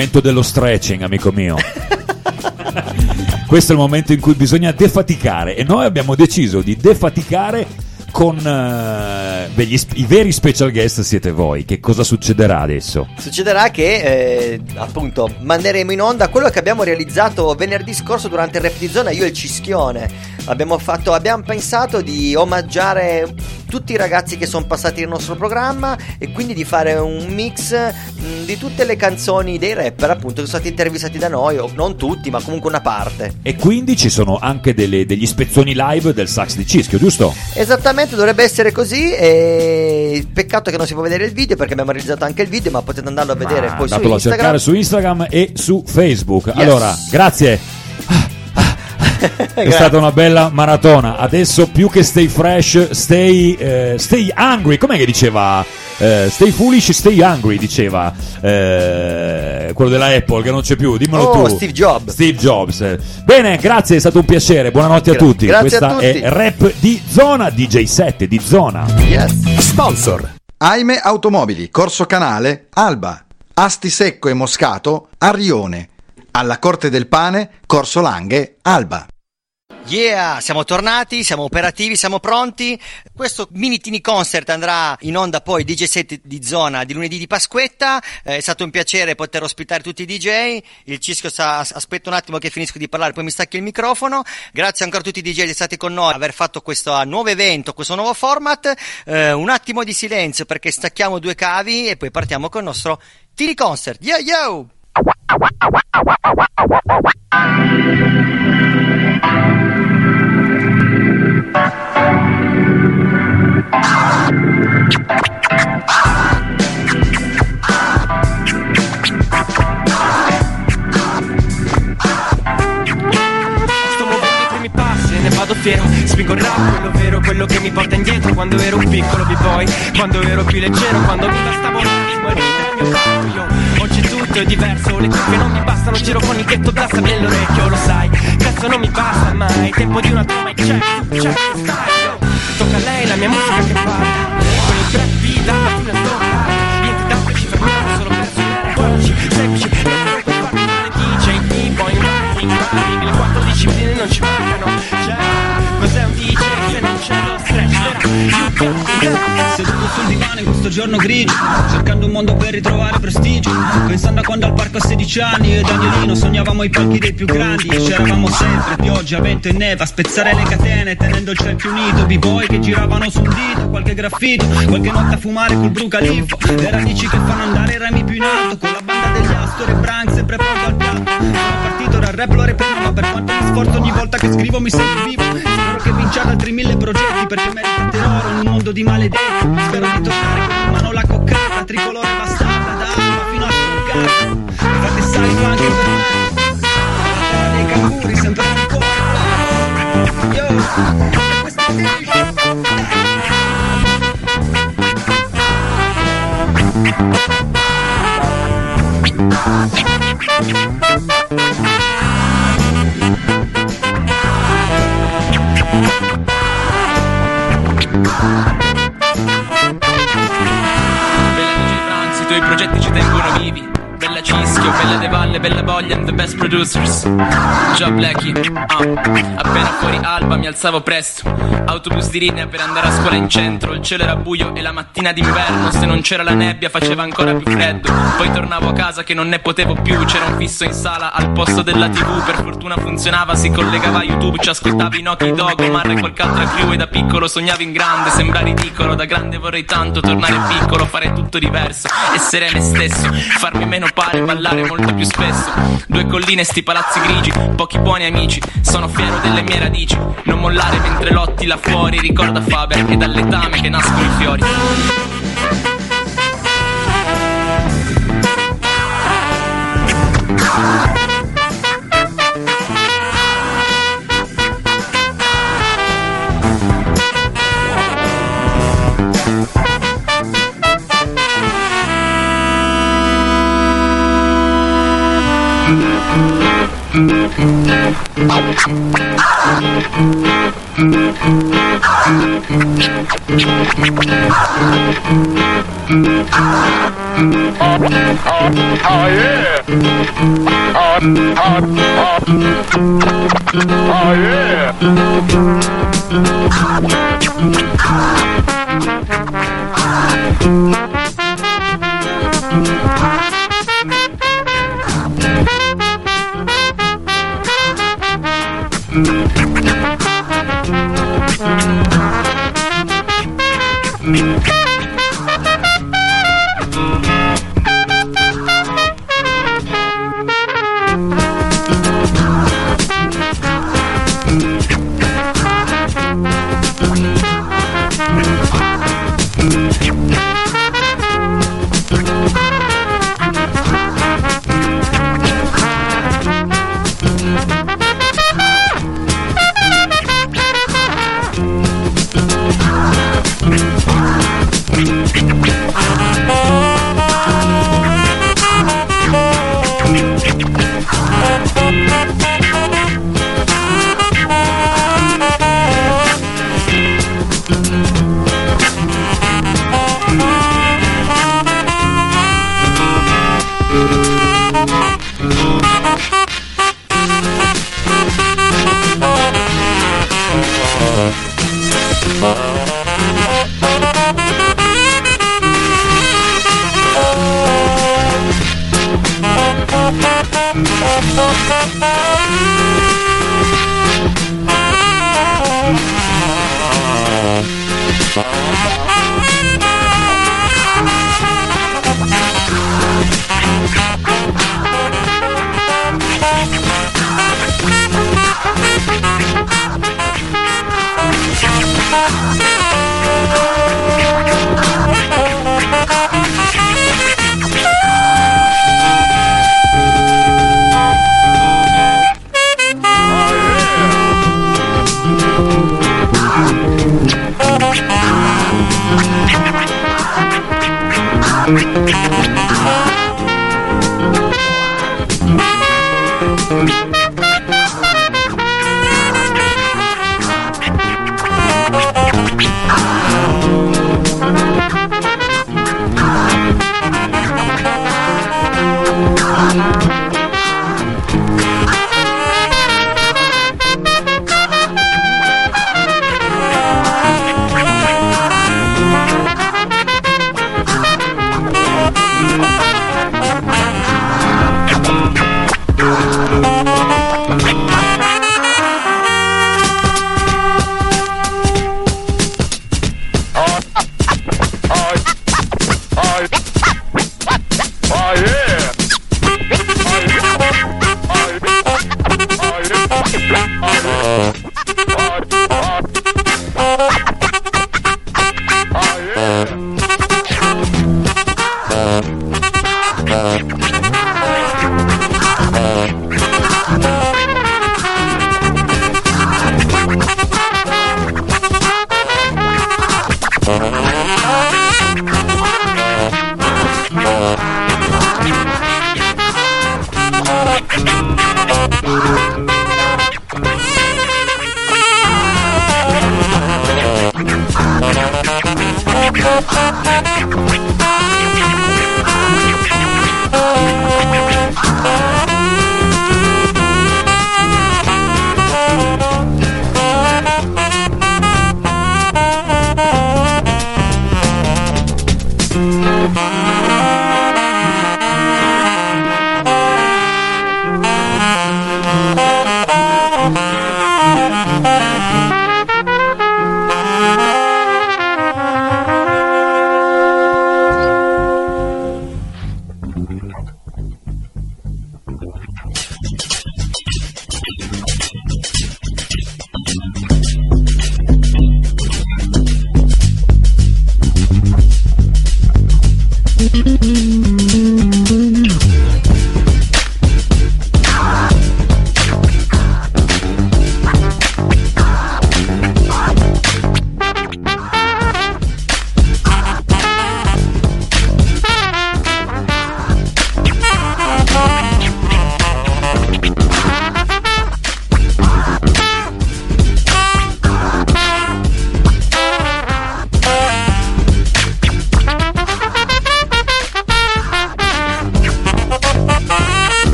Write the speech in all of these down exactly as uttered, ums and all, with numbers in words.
momento dello stretching, amico mio. Questo è il momento in cui bisogna defaticare e noi abbiamo deciso di defaticare con uh, degli sp- i veri special guest siete voi. Che cosa succederà adesso? Succederà che eh, appunto manderemo in onda quello che abbiamo realizzato venerdì scorso durante il Rap di Zona, io e il Cischione. Abbiamo fatto, abbiamo pensato di omaggiare tutti i ragazzi che sono passati nel nostro programma e quindi di fare un mix mh, di tutte le canzoni dei rapper appunto che sono stati intervistati da noi, o non tutti ma comunque una parte. E quindi ci sono anche delle, degli spezzoni live del sax di Cischio, giusto? Esattamente, dovrebbe essere così. E peccato che non si può vedere il video perché abbiamo realizzato anche il video, ma potete andarlo a vedere ma poi su andatelo Instagram. a cercare su Instagram e su Facebook. Yes. Allora, grazie. È stata una bella maratona. Adesso più che stay fresh, stay eh, stay hungry. Com'è che diceva? Eh, stay foolish, stay hungry, diceva eh, quello della Apple che non c'è più. Dimmelo oh, tu. Steve Jobs. Steve Jobs. Bene, grazie, è stato un piacere. Buonanotte a Gra- tutti. grazie Questa a tutti. è Rap di Zona, D J sette di Zona. Yes. Sponsor Aime Automobili, Corso Canale, Alba. Asti Secco e Moscato, Arrione. Alla Corte del Pane, Corso Langhe, Alba. Yeah, siamo tornati, siamo operativi, siamo pronti. Questo mini tini concert andrà in onda poi D J set di Zona di lunedì di Pasquetta. Eh, è stato un piacere poter ospitare tutti i D J. Il Cischio sta, aspetta un attimo che finisco di parlare, poi mi stacchi il microfono. Grazie ancora a tutti i D J che siete stati con noi, aver fatto questo nuovo evento, questo nuovo format. Eh, un attimo di silenzio perché stacchiamo due cavi e poi partiamo con il nostro tini concert. Yo yo! Vado fiero, spingo il rap, quello vero, quello che mi porta indietro. Quando ero un piccolo b-boy, quando ero più leggero, quando mi bastava un attimo e ridere il mio capo. Oggi tutto è diverso, le cuffie non mi bastano, giro con il ghetto blasta nell'orecchio, lo sai. Cazzo non mi basta mai, tempo di una trama e check, check, style. Tocca a lei la mia musica che parla, con il trap beat dalla fine sto niente da ci fermiamo solo per suonare quattordici, sedici, e per quel parte D J, B-boy, rapping, rapping, le quattro discipline non ci mancano. Cos'è un D J se non c'è lo stretch? Seduto sul divano in questo giorno grigio, cercando un mondo per ritrovare prestigio, pensando a quando al parco a sedici anni e Danielino sognavamo i palchi dei più grandi. E c'eravamo sempre, pioggia, vento e neve, a spezzare le catene tenendo il cerchio unito. B-boy che giravano sul dito, qualche graffito, qualche notte a fumare col Bru Califfo. Le radici che fanno andare i remi più in alto, con la banda degli Astor e Brank sempre pronto al piatto. Sono partito dal rap, lo reprimo, ma per quanto mi sforzo ogni volta che scrivo mi sento vivo. Spero che vinciate altri mille progetti perché meritate l'oro in un mondo di maledetti. Spero di tornare con in mano la coccata, tricolore bastarda da Alba fino a Stuttgart. Fate salito anche per me, la terra dei canguri sempre nel cuore. Yo, questa I tuoi progetti ci tengono vivi. Bella Cischio, bella De Valle, bella Voglia and the best producers. Joe Blackie, uh. Appena fuori Alba mi alzavo presto, autobus di linea per andare a scuola in centro. Il cielo era buio e la mattina d'inverno, se non c'era la nebbia faceva ancora più freddo. Poi tornavo a casa che non ne potevo più, c'era un fisso in sala al posto della tivù. Per fortuna funzionava, si collegava a YouTube, ci ascoltavi Noki Dog, Marra e qualche altra crew. E da piccolo sognavo in grande, sembra ridicolo. Da grande vorrei tanto tornare piccolo, fare tutto diverso, essere me stesso, farmi meno pare, ballare molto più spesso. Due colline, sti palazzi grigi, pochi buoni amici. Sono fiero delle mie radici, non mollare mentre lotti là fuori. Ricorda Faber, è dal letame che nascono i fiori. Oh yeah. Oh, oh, oh. Oh yeah.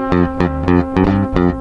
yeah.